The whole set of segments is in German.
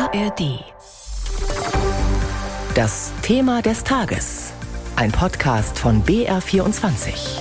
ARD. Das Thema des Tages. Ein Podcast von BR24.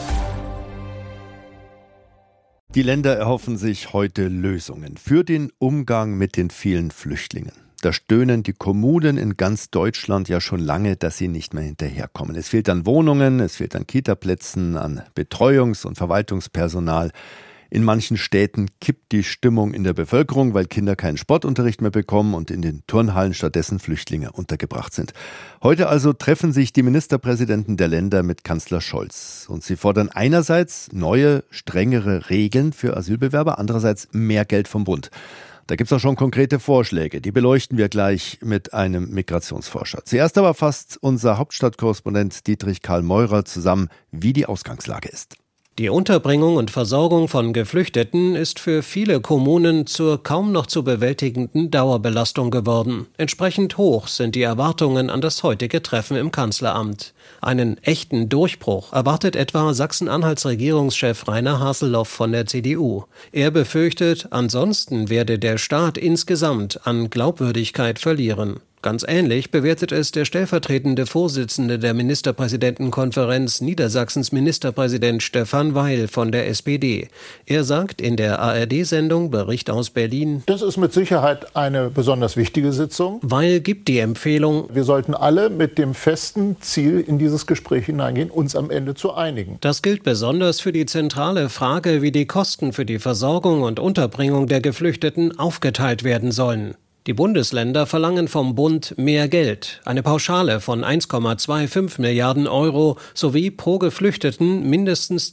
Die Länder erhoffen sich heute Lösungen für den Umgang mit den vielen Flüchtlingen. Da stöhnen die Kommunen in ganz Deutschland ja schon lange, dass sie nicht mehr hinterherkommen. Es fehlt an Wohnungen, es fehlt an Kitaplätzen, an Betreuungs- und Verwaltungspersonal. In manchen Städten kippt die Stimmung in der Bevölkerung, weil Kinder keinen Sportunterricht mehr bekommen und in den Turnhallen stattdessen Flüchtlinge untergebracht sind. Heute also treffen sich die Ministerpräsidenten der Länder mit Kanzler Scholz. Und sie fordern einerseits neue, strengere Regeln für Asylbewerber, andererseits mehr Geld vom Bund. Da gibt es auch schon konkrete Vorschläge, die beleuchten wir gleich mit einem Migrationsforscher. Zuerst aber fasst unser Hauptstadtkorrespondent Dietrich Karl Meurer zusammen, wie die Ausgangslage ist. Die Unterbringung und Versorgung von Geflüchteten ist für viele Kommunen zur kaum noch zu bewältigenden Dauerbelastung geworden. Entsprechend hoch sind die Erwartungen an das heutige Treffen im Kanzleramt. Einen echten Durchbruch erwartet etwa Sachsen-Anhalts Regierungschef Rainer Haseloff von der CDU. Er befürchtet, ansonsten werde der Staat insgesamt an Glaubwürdigkeit verlieren. Ganz ähnlich bewertet es der stellvertretende Vorsitzende der Ministerpräsidentenkonferenz Niedersachsens Ministerpräsident Stefan Weil von der SPD. Er sagt in der ARD-Sendung Bericht aus Berlin: Das ist mit Sicherheit eine besonders wichtige Sitzung. Weil gibt die Empfehlung: Wir sollten alle mit dem festen Ziel in dieses Gespräch hineingehen, uns am Ende zu einigen. Das gilt besonders für die zentrale Frage, wie die Kosten für die Versorgung und Unterbringung der Geflüchteten aufgeteilt werden sollen. Die Bundesländer verlangen vom Bund mehr Geld, eine Pauschale von 1,25 Milliarden Euro sowie pro Geflüchteten mindestens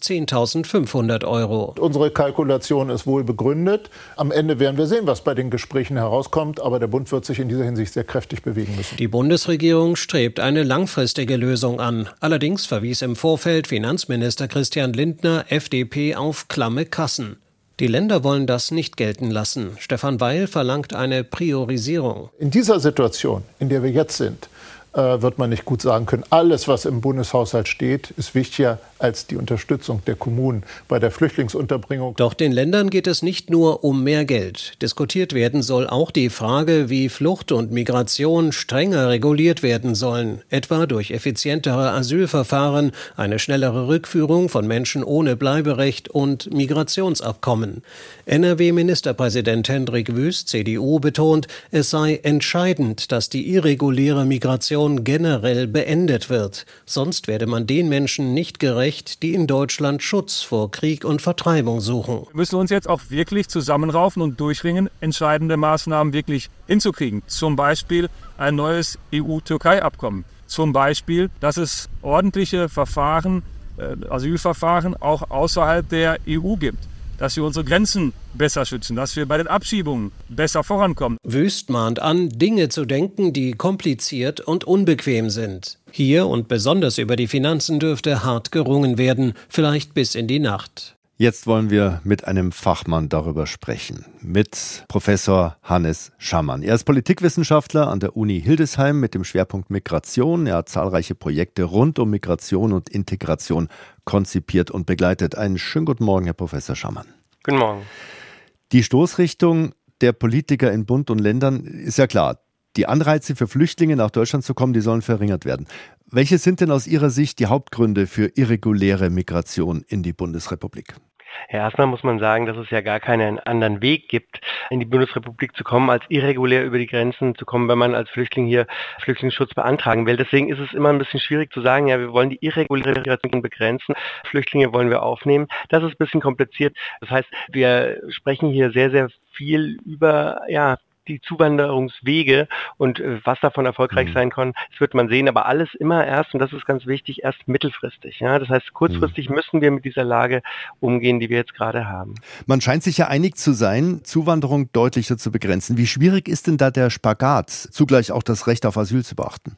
10.500 Euro. Unsere Kalkulation ist wohl begründet. Am Ende werden wir sehen, was bei den Gesprächen herauskommt, aber der Bund wird sich in dieser Hinsicht sehr kräftig bewegen müssen. Die Bundesregierung strebt eine langfristige Lösung an. Allerdings verwies im Vorfeld Finanzminister Christian Lindner, FDP, auf klamme Kassen. Die Länder wollen das nicht gelten lassen. Stefan Weil verlangt eine Priorisierung. In dieser Situation, in der wir jetzt sind, wird man nicht gut sagen können, alles, was im Bundeshaushalt steht, ist wichtiger als die Unterstützung der Kommunen bei der Flüchtlingsunterbringung. Doch den Ländern geht es nicht nur um mehr Geld. Diskutiert werden soll auch die Frage, wie Flucht und Migration strenger reguliert werden sollen, etwa durch effizientere Asylverfahren, eine schnellere Rückführung von Menschen ohne Bleiberecht und Migrationsabkommen. NRW-Ministerpräsident Hendrik Wüst, CDU, betont, es sei entscheidend, dass die irreguläre Migration generell beendet wird. Sonst werde man den Menschen nicht gerecht, die in Deutschland Schutz vor Krieg und Vertreibung suchen. Wir müssen uns jetzt auch wirklich zusammenraufen und durchringen, entscheidende Maßnahmen wirklich hinzukriegen. Zum Beispiel ein neues EU-Türkei-Abkommen. Zum Beispiel, dass es ordentliche Verfahren, Asylverfahren auch außerhalb der EU gibt. Dass wir unsere Grenzen besser schützen, dass wir bei den Abschiebungen besser vorankommen. Wüst mahnt an, Dinge zu denken, die kompliziert und unbequem sind. Hier und besonders über die Finanzen dürfte hart gerungen werden, vielleicht bis in die Nacht. Jetzt wollen wir mit einem Fachmann darüber sprechen, mit Professor Hannes Schamann. Er ist Politikwissenschaftler an der Uni Hildesheim mit dem Schwerpunkt Migration. Er hat zahlreiche Projekte rund um Migration und Integration konzipiert und begleitet. Einen schönen guten Morgen, Herr Professor Schamann. Guten Morgen. Die Stoßrichtung der Politiker in Bund und Ländern ist ja klar. Die Anreize für Flüchtlinge nach Deutschland zu kommen, die sollen verringert werden. Welche sind denn aus Ihrer Sicht die Hauptgründe für irreguläre Migration in die Bundesrepublik? Ja, erstmal muss man sagen, dass es ja gar keinen anderen Weg gibt, in die Bundesrepublik zu kommen, als irregulär über die Grenzen zu kommen, wenn man als Flüchtling hier Flüchtlingsschutz beantragen will. Deswegen ist es immer ein bisschen schwierig zu sagen, ja, wir wollen die irreguläre Migration begrenzen, Flüchtlinge wollen wir aufnehmen. Das ist ein bisschen kompliziert. Das heißt, wir sprechen hier sehr, sehr viel über, die Zuwanderungswege und was davon erfolgreich sein kann, das wird man sehen, aber alles immer erst, und das ist ganz wichtig, erst mittelfristig. Ja? Das heißt, kurzfristig müssen wir mit dieser Lage umgehen, die wir jetzt gerade haben. Man scheint sich ja einig zu sein, Zuwanderung deutlicher zu begrenzen. Wie schwierig ist denn da der Spagat, zugleich auch das Recht auf Asyl zu beachten?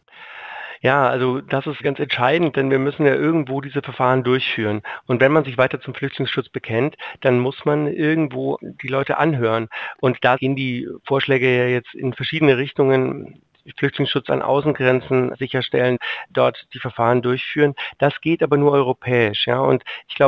Ja, also das ist ganz entscheidend, denn wir müssen ja irgendwo diese Verfahren durchführen. Und wenn man sich weiter zum Flüchtlingsschutz bekennt, dann muss man irgendwo die Leute anhören. Und da gehen die Vorschläge ja jetzt in verschiedene Richtungen. Flüchtlingsschutz an Außengrenzen sicherstellen, dort die Verfahren durchführen. Das geht aber nur europäisch. Ja? Und ich glaube,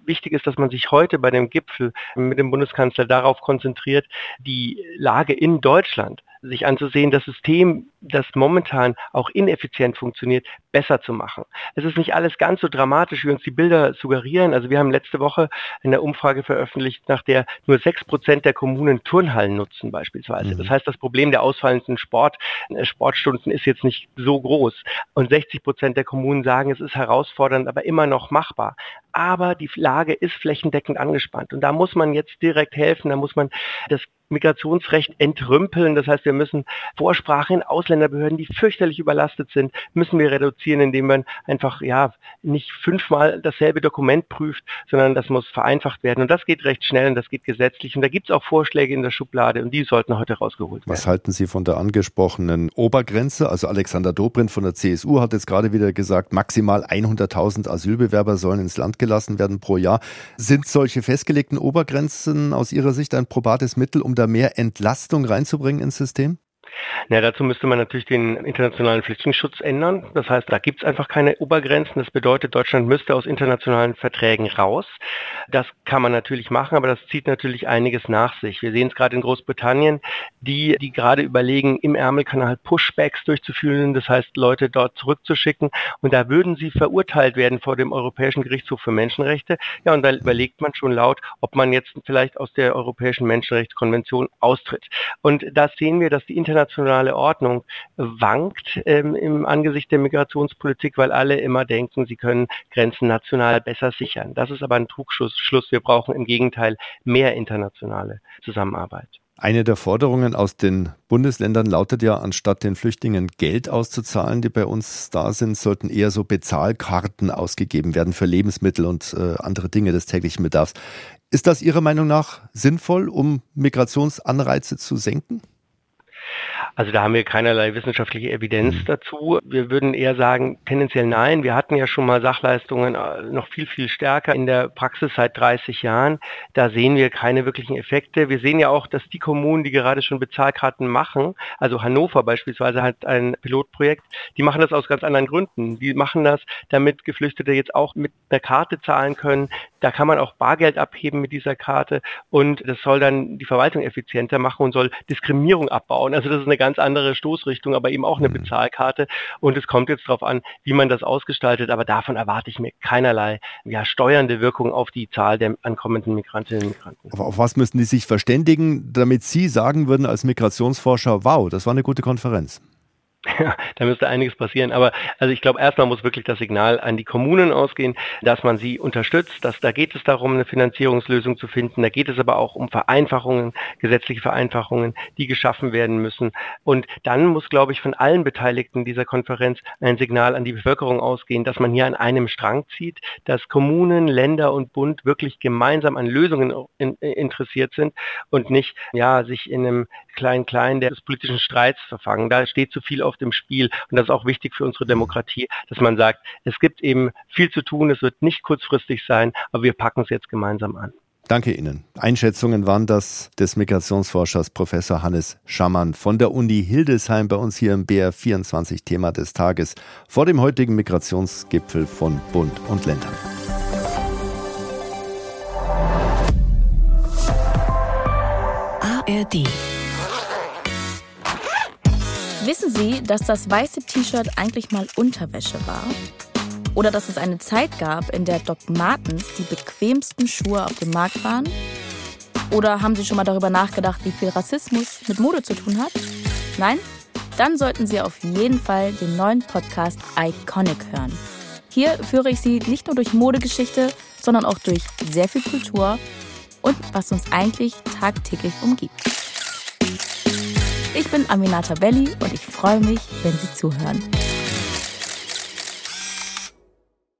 wichtig ist, dass man sich heute bei dem Gipfel mit dem Bundeskanzler darauf konzentriert, die Lage in Deutschland, sich anzusehen, das System, das momentan auch ineffizient funktioniert, besser zu machen. Es ist nicht alles ganz so dramatisch, wie uns die Bilder suggerieren. Also wir haben letzte Woche eine Umfrage veröffentlicht, nach der nur 6% der Kommunen Turnhallen nutzen beispielsweise. Das heißt, das Problem der ausfallenden Sportstunden ist jetzt nicht so groß. Und 60% der Kommunen sagen, es ist herausfordernd, aber immer noch machbar. Aber die Lage ist flächendeckend angespannt. Und da muss man jetzt direkt helfen, da muss man das Migrationsrecht entrümpeln. Das heißt, wir müssen Vorsprache in Ausländerbehörden, die fürchterlich überlastet sind, müssen wir reduzieren, indem man einfach nicht 5-mal dasselbe Dokument prüft, sondern das muss vereinfacht werden. Und das geht recht schnell und das geht gesetzlich. Und da gibt es auch Vorschläge in der Schublade und die sollten heute rausgeholt werden. Was halten Sie von der angesprochenen Obergrenze? Also Alexander Dobrindt von der CSU hat jetzt gerade wieder gesagt, maximal 100.000 Asylbewerber sollen ins Land gelassen werden pro Jahr. Sind solche festgelegten Obergrenzen aus Ihrer Sicht ein probates Mittel, um da mehr Entlastung reinzubringen ins System? Ja, dazu müsste man natürlich den internationalen Flüchtlingsschutz ändern. Das heißt, da gibt es einfach keine Obergrenzen. Das bedeutet, Deutschland müsste aus internationalen Verträgen raus. Das kann man natürlich machen, aber das zieht natürlich einiges nach sich. Wir sehen es gerade in Großbritannien, die gerade überlegen, im Ärmelkanal Pushbacks durchzuführen, das heißt, Leute dort zurückzuschicken. Und da würden sie verurteilt werden vor dem Europäischen Gerichtshof für Menschenrechte. Ja, und da überlegt man schon laut, ob man jetzt vielleicht aus der Europäischen Menschenrechtskonvention austritt. Und da sehen wir, dass die internationale Ordnung wankt im Angesicht der Migrationspolitik, weil alle immer denken, sie können Grenzen national besser sichern. Das ist aber ein Trugschluss. Wir brauchen im Gegenteil mehr internationale Zusammenarbeit. Eine der Forderungen aus den Bundesländern lautet ja, anstatt den Flüchtlingen Geld auszuzahlen, die bei uns da sind, sollten eher so Bezahlkarten ausgegeben werden für Lebensmittel und andere Dinge des täglichen Bedarfs. Ist das Ihrer Meinung nach sinnvoll, um Migrationsanreize zu senken? Also da haben wir keinerlei wissenschaftliche Evidenz dazu. Wir würden eher sagen, tendenziell nein. Wir hatten ja schon mal Sachleistungen noch viel, viel stärker in der Praxis seit 30 Jahren. Da sehen wir keine wirklichen Effekte. Wir sehen ja auch, dass die Kommunen, die gerade schon Bezahlkarten machen, also Hannover beispielsweise hat ein Pilotprojekt, die machen das aus ganz anderen Gründen. Die machen das, damit Geflüchtete jetzt auch mit einer Karte zahlen können. Da kann man auch Bargeld abheben mit dieser Karte und das soll dann die Verwaltung effizienter machen und soll Diskriminierung abbauen. Also das ist eine ganz andere Stoßrichtung, aber eben auch eine Bezahlkarte. Und es kommt jetzt darauf an, wie man das ausgestaltet. Aber davon erwarte ich mir keinerlei steuernde Wirkung auf die Zahl der ankommenden Migrantinnen und Migranten. Aber auf was müssen die sich verständigen, damit Sie sagen würden als Migrationsforscher, wow, das war eine gute Konferenz? Ja, da müsste einiges passieren. Aber also ich glaube, erstmal muss wirklich das Signal an die Kommunen ausgehen, dass man sie unterstützt. Da geht es darum, eine Finanzierungslösung zu finden. Da geht es aber auch um Vereinfachungen, gesetzliche Vereinfachungen, die geschaffen werden müssen. Und dann muss, glaube ich, von allen Beteiligten dieser Konferenz ein Signal an die Bevölkerung ausgehen, dass man hier an einem Strang zieht, dass Kommunen, Länder und Bund wirklich gemeinsam an Lösungen interessiert sind und nicht sich in einem Klein-Klein des politischen Streits verfangen. Da steht zu viel auf dem Spiel und das ist auch wichtig für unsere Demokratie, dass man sagt, es gibt eben viel zu tun, es wird nicht kurzfristig sein, aber wir packen es jetzt gemeinsam an. Danke Ihnen. Einschätzungen waren das des Migrationsforschers Professor Hannes Schammann von der Uni Hildesheim bei uns hier im BR24 Thema des Tages vor dem heutigen Migrationsgipfel von Bund und Ländern. ARD. Wissen Sie, dass das weiße T-Shirt eigentlich mal Unterwäsche war? Oder dass es eine Zeit gab, in der Doc Martens die bequemsten Schuhe auf dem Markt waren? Oder haben Sie schon mal darüber nachgedacht, wie viel Rassismus mit Mode zu tun hat? Nein? Dann sollten Sie auf jeden Fall den neuen Podcast Iconic hören. Hier führe ich Sie nicht nur durch Modegeschichte, sondern auch durch sehr viel Kultur und was uns eigentlich tagtäglich umgibt. Ich bin Aminata Belli und ich freue mich, wenn Sie zuhören.